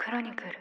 クロニクル。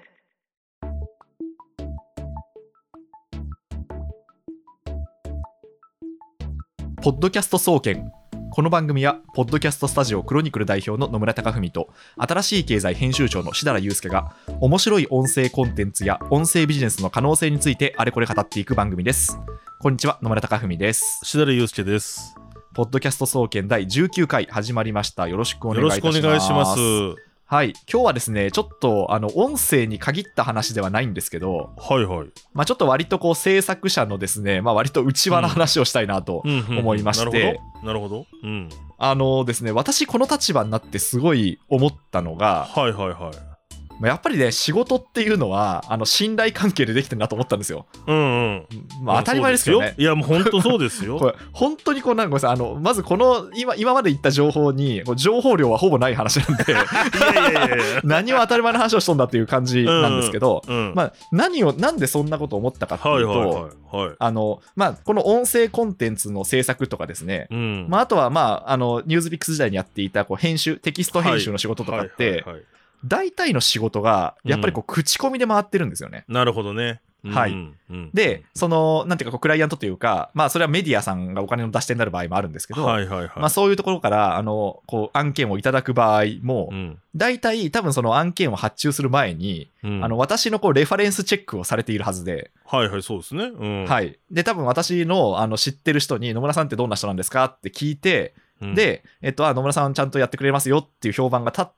ポッドキャスト総研。この番組はポッドキャストスタジオクロニクル代表の野村貴文と新しい経済編集長の志田祐介が面白い音声コンテンツや音声ビジネスの可能性についてあれこれ語っていく番組です。こんにちは、野村貴文です。 志田祐介です。 ポッドキャスト総研第19回始まりました。よろしくお願いいたします。 よろしくお願いします。 はい、今日はですね、ちょっと音声に限った話ではないんですけど、 はいはい。 ちょっと割とこう制作者のですね、割と内輪の話をしたいなと思いまして、 なるほど。 ですね、私この立場になってすごい思ったのが、 はいはいはい。 やっぱりね、仕事っていうのは信頼関係でできてるなと思ったんですよ。当たり前ですけどね。 いやもう本当そうですよ。 これ本当にこうなんかまずこの今まで言った情報に情報量はほぼない話なんで何を当たり前の話をしとんだっていう感じなんですけど、なんでそんなこと思ったかっていうと、この音声コンテンツの制作とかですね、あとはニュースピックス時代にやっていた編集、テキスト編集の仕事とかって、大体の仕事がやっぱり口コミで回ってるんですよね。 なるほどね。 はい。で、なんていうかクライアントというか、それはメディアさんがお金の出し手になる場合もあるんですけど、そういうところから案件をいただく場合も、大体多分その案件を発注する前に、私のレファレンスチェックをされているはずで、 そうですね。 はい。で、多分私の知ってる人に野村さんってどんな人なんですかって聞いて、で、野村さんちゃんとやってくれますよっていう評判が立って、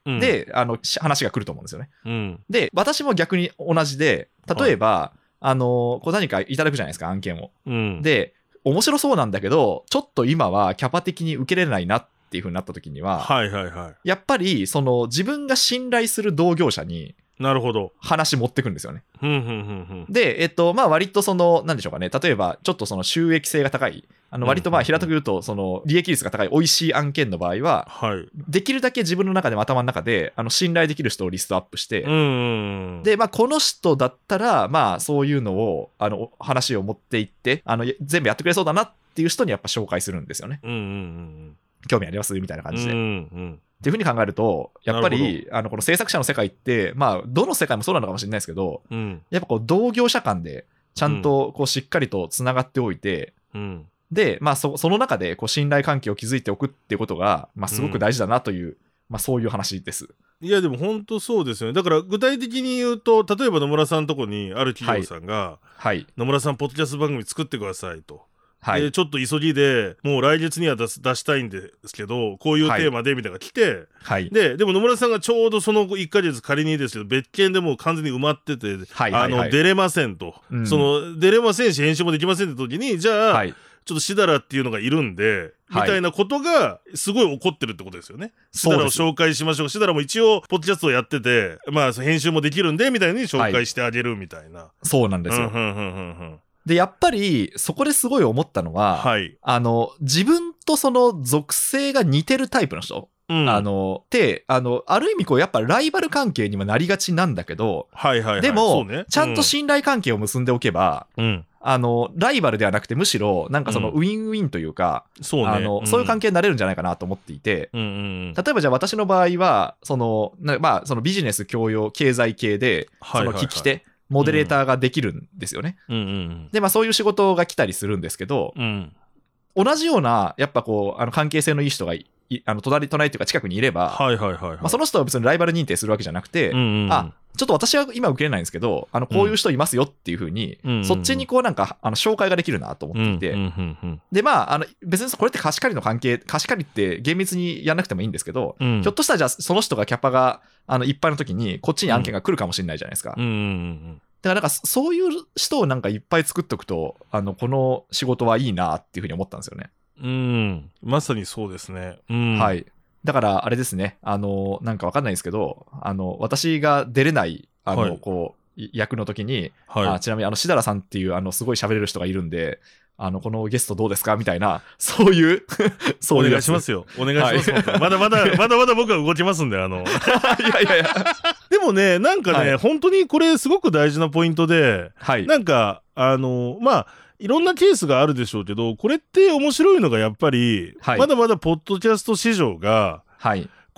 で、話が来ると思うんですよね。で、私も逆に同じで、例えば、何かいただくじゃないですか、案件を。で、面白そうなんだけど、ちょっと今はキャパ的に受けれないなっていう風になった時には、やっぱり、自分が信頼する同業者に、 なるほど。 話持ってくんですよね。で、割となんでしょうかね。例えば、ちょっと収益性が高い。割と平たく言うと、利益率が高い美味しい案件の場合は、できるだけ自分の中でも頭の中で、信頼できる人をリストアップして、で、この人だったら、そういうのを、話を持っていって、全部やってくれそうだなっていう人にやっぱ紹介するんですよね。興味ありますみたいな感じで。っていうふうに考えると、やっぱりこの制作者の世界って、どの世界もそうなのかもしれないですけど、やっぱ同業者間でちゃんとしっかりとつながっておいて、で、その中で信頼関係を築いておくっていうことが、すごく大事だなという、そういう話です。 いやでも本当そうですよね。だから具体的に言うと、例えば野村さんのとこにある企業さんが、野村さんポッドキャスト番組作ってくださいと。でちょっと急ぎでもう来月には出したいんですけど、こういうテーマでみたいなのが来て、でも野村さんがちょうどその1ヶ月仮にですけど別件でもう完全に埋まってて、出れませんと、出れませんし編集もできませんって時に、じゃあ、ちょっとしだらっていうのがいるんで、みたいなことがすごい起こってるってことですよね。しだらを紹介しましょう。しだらも一応ポッドキャストをやってて、編集もできるんでみたいに紹介してあげるみたいな。 そうなんですよ。で、やっぱりそこですごい思ったのは、自分とその属性が似てるタイプの人、で、ある意味やっぱライバル関係にもなりがちなんだけど、でも、ちゃんと信頼関係を結んでおけば、ライバルではなくてむしろなんかウィンウィンというか、そういう関係になれるんじゃないかなと思っていて、例えばじゃあ私の場合はそのビジネス教養経済系で聞き手モデレーターができるんですよね。でそういう仕事が来たりするんですけど、同じようなやっぱ関係性のいい人が隣というか近くにいれば、その人は別にライバル認定するわけじゃなくて、ちょっと私は今受けれないんですけど、こういう人いますよっていう風に、そっちになんか紹介ができるなと思っていて、で別にこれって貸し借りの関係、貸し借りって厳密にやんなくてもいいんですけど、ひょっとしたらじゃあその人がキャパがいっぱいの時にこっちに案件が来るかもしれないじゃないですか。だからなんかそういう人をなんかいっぱい作っとくと、この仕事はいいなっていう風に思ったんですよね。 まさにそうですね。 はい。だからあれですね、なんかわかんないですけど、私が出れない役の時に、ちなみにしだらさんっていうすごい喋れる人がいるんで、このゲストどうですかみたいな、そういうお願いしますよ。お願いします。まだまだ僕は動きますんで、いやでもね、なんかね、本当にこれすごく大事なポイントで、なんかいろんなケースがあるでしょうけど、これって面白いのがやっぱり、まだまだポッドキャスト市場が、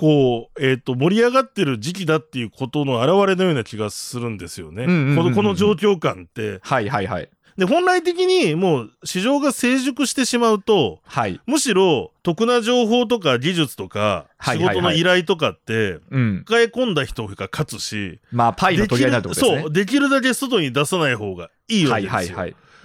構、盛り上がってる時期だっていうことの表れのような気がするんですよね。この状況感って。 はいはいはい。 で、本来的にもう市場が成熟してしまうと、はい、むしろ得な情報とか技術とか仕事の依頼とかって、抱え込んだ人が勝つし、 まあ、パイの取り合いになるってことですね。 そう、できるだけ外に出さない方がいいわけですよ。はいはいはい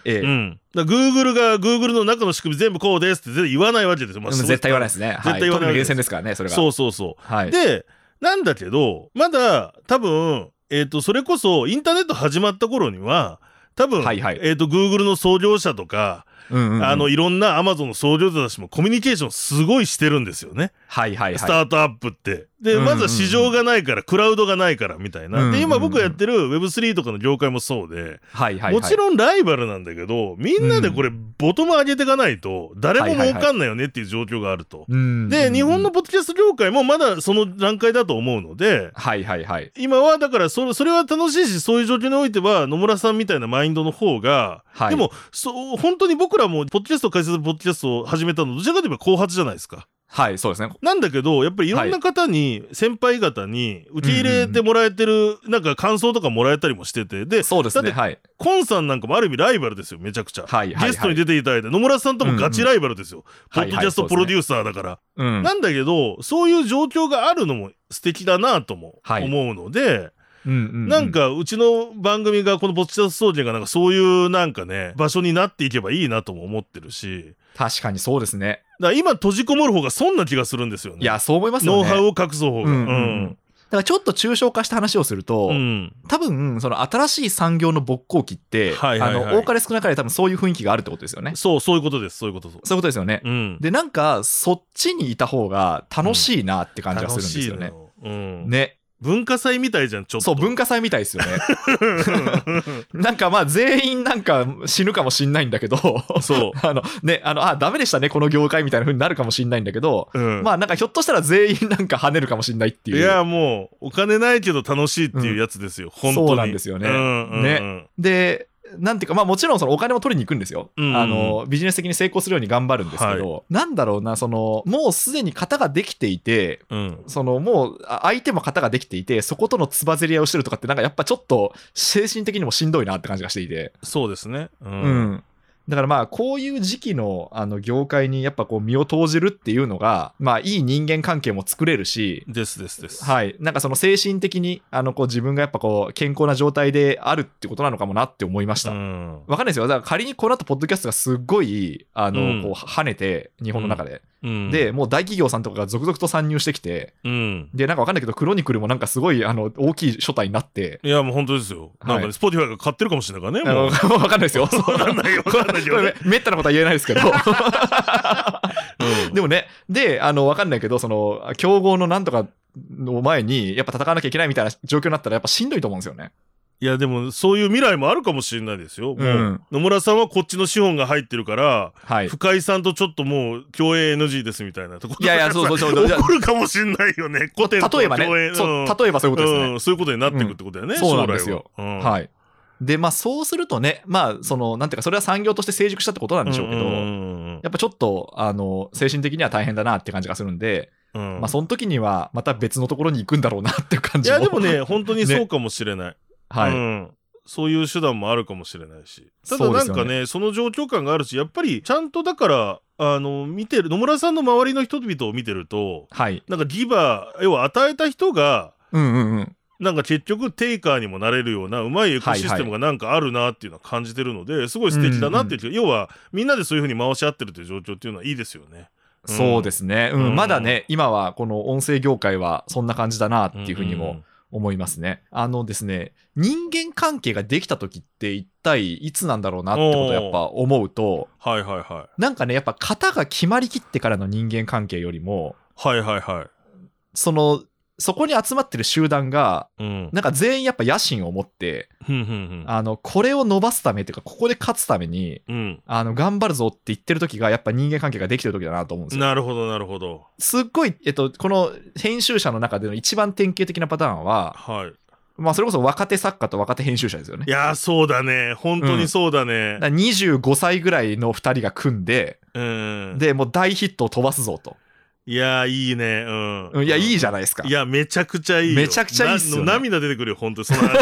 。Google が Google の中の仕組み全部こうですって絶対言わないわけですよ。 絶対言わないですね。絶対言わない。厳選ですからね、それが。 そうそうそう。はい、で、なんだけど、まだ多分、それこそインターネット始まった頃には、多分、Google の創業者とか、いろんな Amazon の創業者たちもコミュニケーションすごいしてるんですよね。はいはいはい。スタートアップって。で、まずは市場がないから、クラウドがないからみたいな。で、今僕がやってる Web3 とかの業界もそうで、もちろんライバルなんだけど、みんなでこれボトム上げていかないと、誰も儲かんないよねっていう状況があると。で、日本のポッドキャスト業界もまだその段階だと思うので、今はだからそれは楽しいし、そういう状況においては野村さんみたいなマインドの方が、でも、本当に僕らもポッドキャストを解説するポッドキャストを始めたのどちらかといえば後発じゃないですか。 はい、そうですね。 なんだけど、やっぱりいろんな方に、先輩方に受け入れてもらえてる、なんか感想とかもらえたりもしてて、で、 そうですね。はい。 コンさんなんかもある意味ライバルですよ、めちゃくちゃ。はい。ゲストに出ていただいて、野村さんともガチライバルですよ。ポッドキャストプロデューサーだから。なんだけど、そういう状況があるのも素敵だなとも思うので、なんかうちの番組がこのポッドキャスト総研がなんかそういうなんかね場所になっていけばいいなとも思ってるし、 確かにそうですね。 だから今閉じこもる方が損な気がするんですよね。 いやそう思いますよね。 ノウハウを隠す方が。 だからちょっと抽象化した話をすると、多分その新しい産業の勃興期って多かれ少なかれ多分そういう雰囲気があるってことですよね。 そういうことです。そういうことですよね。でなんかそっちにいた方が楽しいなって感じがするんですよね。ね。 文化祭みたいじゃん、ちょっと。 そう、文化祭みたいですよね。なんかまあ全員なんか死ぬかもしんないんだけど、そう。ダメでしたね、この業界みたいな風になるかもしんないんだけど、まあなんかひょっとしたら全員なんか跳ねるかもしんないっていう。 いや、もう、お金ないけど楽しいっていうやつですよ、本当に。 そうなんですよね。ね。で、なんていうか、まあもちろんそのお金を取りに行くんですよ。ビジネス的に成功するように頑張るんですけど、なんだろうな、もうすでに型ができていて、もう相手も型ができていて、そことのつばぜり合いをしてるとかって、なんかやっぱちょっと精神的にもしんどいなって感じがしていて。 そうですね。 だからまあこういう時期の業界にやっぱこう身を投じるっていうのがまあいい人間関係も作れるしはい、なんかその精神的にこう自分がやっぱこう健康な状態であるってことなのかもなって思いました。わかんないですよ。だから仮にこの後ポッドキャストがすっごいこう跳ねて日本の中で、でもう大企業さんとかが続々と参入してきて、でなんかわかんないけどクロニクルもなんかすごい大きい書体になって、 いやもう本当ですよ。なんかスポティファイが買ってるかもしれないからね。もうわかんないですよ。わかんないよ。めったなことは言えないですけどでもね、でわかんないけどその競合のなんとかの前にやっぱ戦わなきゃいけないみたいな状況になったらやっぱしんどいと思うんですよね。 いやでもそういう未来もあるかもしれないですよ。もう野村さんはこっちの資本が入ってるから、深井さんとちょっともう共演 NG ですみたいなところが起こるかもしれないよね。 例えばね、例えばそういうことですね。 そういうことになっていくってことだよね。 そうなんですよ。はい。でまあそうするとね、まあそのなんていうかそれは産業として成熟したってことなんでしょうけど、やっぱちょっと精神的には大変だなって感じがするんで。まあその時にはまた別のところに行くんだろうなっていう感じも。 いやでもね本当にそうかもしれない。はい、そういう手段もあるかもしれないし、ただなんかねその状況感があるし、やっぱりちゃんとだから見てる野村さんの周りの人々を見てると、なんかギバー要は与えた人が、なんか結局テイカーにもなれるようなうまいエコシステムがなんかあるなっていうのは感じてるので、すごい素敵だなっていう、要はみんなでそういう風に回し合ってるという状況っていうのはいいですよね。 そうですね、まだね今はこの音声業界はそんな感じだなっていう風にも思いますね。ですね、人間関係ができた時って一体いつなんだろうなってことをやっぱ思うと、なんかねやっぱ型が決まりきってからの人間関係よりも、そこに集まってる集団が、なんか全員やっぱ野心を持って、これを伸ばすためというか、ここで勝つために、頑張るぞって言ってる時が、やっぱ人間関係ができてる時だなと思うんですよ。 なるほど、なるほど。 すっごい、この編集者の中での一番典型的なパターンは、まあそれこそ若手作家と若手編集者ですよね。 いやそうだね。本当にそうだね。 25歳ぐらいの2人が組んで、で、もう大ヒットを飛ばすぞと。 いやいいね。 うん。いや、いいじゃないですか。 いや、めちゃくちゃいいよ。 めちゃくちゃいいっすよね。 涙出てくるよ、本当にその話。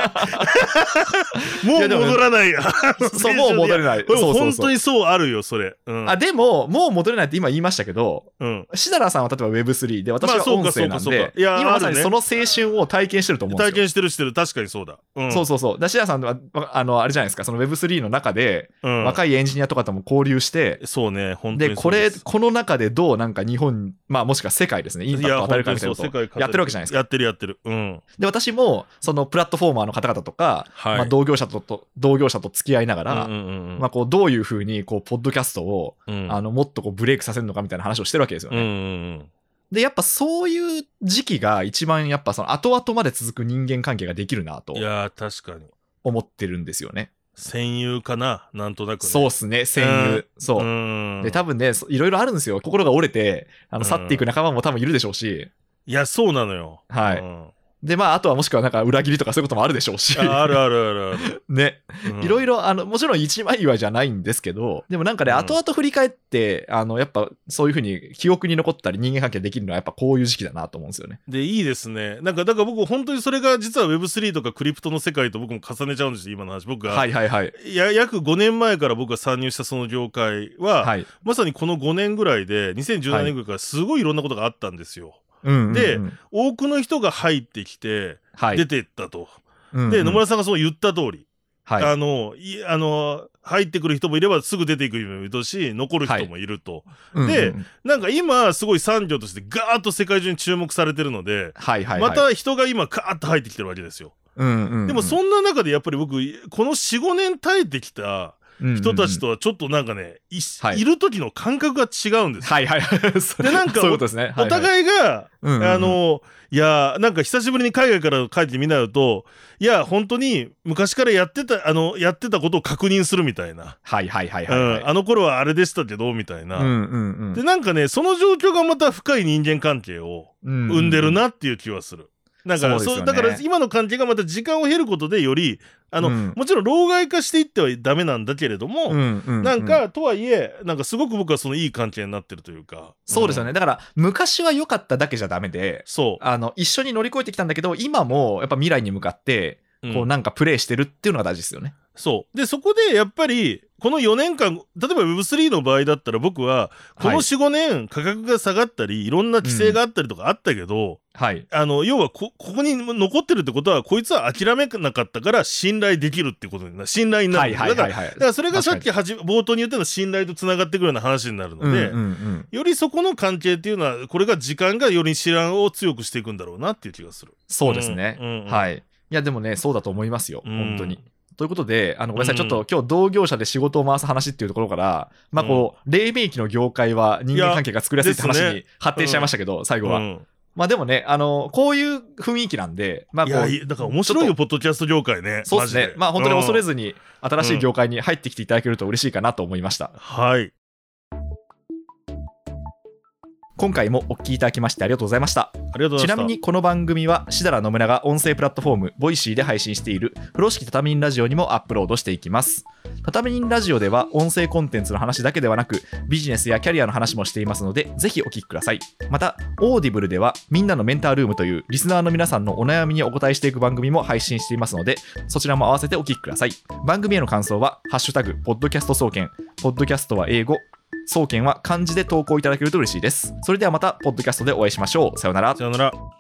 もう戻らないや。 そう、もう戻れない。 本当にそうあるよ、それ。 でも、もう戻れないって今言いましたけど、シダラさんは例えば Web3 で、私は音声なんで、今まさにその青春を体験してると思うんですよ。 体験してる。確かにそうだ。 そう。シダラさんは、あれじゃないですか、その Web3 の中で、若いエンジニアとかとも交流して、 そうね、本当にそうで。この中でどうなんか日本、もしくは世界ですね、インパクトを与えるかみたいなことをやってるわけじゃないですか。 やってる。 で、私も、そのプラットフォーマーの方々とか、同業者と付き合いながら、こう、どういうふうに、こう、ポッドキャストを、もっとこう、ブレイクさせるのかみたいな話をしてるわけですよね。で、やっぱそういう時期が一番、やっぱその、後々まで続く人間関係ができるなと。 いや、確かに。 思ってるんですよね。 戦友かな、なんとなくね。 そうっすね、戦友。そう。で、多分ね、いろいろあるんですよ。心が折れて、去っていく仲間も多分いるでしょうし。 いや、そうなのよ。 はい。で、あとはもしくはなんか裏切りとかそういうこともあるでしょうし。 ある。 ね。いろいろ、もちろん一枚岩じゃないんですけど、でもなんかね、後々振り返って、やっぱそういうふうに記憶に残ったり人間関係できるのはやっぱこういう時期だなと思うんですよね。 で、いいですね。だから僕本当にそれが実は Web3 とかクリプトの世界と僕も重ねちゃうんですよ、今の話。僕が。約5年前から僕が参入したその業界は、まさにこの5年ぐらいで、2017年ぐらいからすごいいろんなことがあったんですよ。で、多くの人が入ってきて、出てったと。で、野村さんがそう言った通り、入ってくる人もいればすぐ出ていく人もいるし、残る人もいると。で、なんか今すごい産業としてガーッと世界中に注目されてるので、また人が今ガーッと入ってきてるわけですよ。でもそんな中でやっぱり僕、この 4,5 年耐えてきた人たちとはちょっとなんかね、いる時の感覚が違うんです。で、なんかお互いが、いや、なんか久しぶりに海外から帰ってみんなると、いや、本当に昔からやってたことを確認するみたいな。あの頃はあれでしたけど、みたいな。で、なんかね、その状況がまた深い人間関係を生んでるなっていう気はする。なんかだから今の関係がまた時間を経ることでよりもちろん老害化していってはダメなんだけれども、なんかとはいえなんかすごく僕はそのいい関係になってるというか。 そうですよね。だから昔は良かっただけじゃダメで、一緒に乗り越えてきたんだけど、今もやっぱ未来に向かってこうなんかプレイしてるっていうのが大事ですよね。 そうで、そこでやっぱりこの4年間、例えば Web3 の場合だったら僕はこの 4,5 年価格が下がったりいろんな規制があったりとかあったけど、要はここに残ってるってことはこいつは諦めなかったから信頼できるってことになる、信頼になる。だからそれがさっき冒頭に言ったの信頼とつながってくるような話になるので、よりそこの関係っていうのはこれが時間がより知らんを強くしていくんだろうなっていう気がする。 そうですね。はい。いやでもね、そうだと思いますよ、本当に。ということで、ごめんなさい、ちょっと今日同業者で仕事を回す話っていうところから、こう、黎明期の業界は人間関係が作りやすいって話に発展しちゃいましたけど、最後は。でもね、こういう雰囲気なんで、 いや、だから面白いよ、ポッドキャスト業界ね。 そうですね。本当に恐れずに、新しい業界に入ってきていただけると嬉しいかなと思いました。 はい。 今回もお聞きいただきましてありがとうございました。 ちなみにこの番組はしだらのむらが音声プラットフォームボイシーで配信している風呂敷たたみんラジオにもアップロードしていきます。たたみんラジオでは音声コンテンツの話だけではなくビジネスやキャリアの話もしていますのでぜひお聞きください。またオーディブルではみんなのメンタールームというリスナーの皆さんのお悩みにお答えしていく番組も配信していますのでそちらも合わせてお聞きください。番組への感想はハッシュタグポッドキャスト総研、ポッドキャストは英語、総研は漢字で投稿いただけると嬉しいです。それではまたポッドキャストでお会いしましょう。さようなら。 さようなら。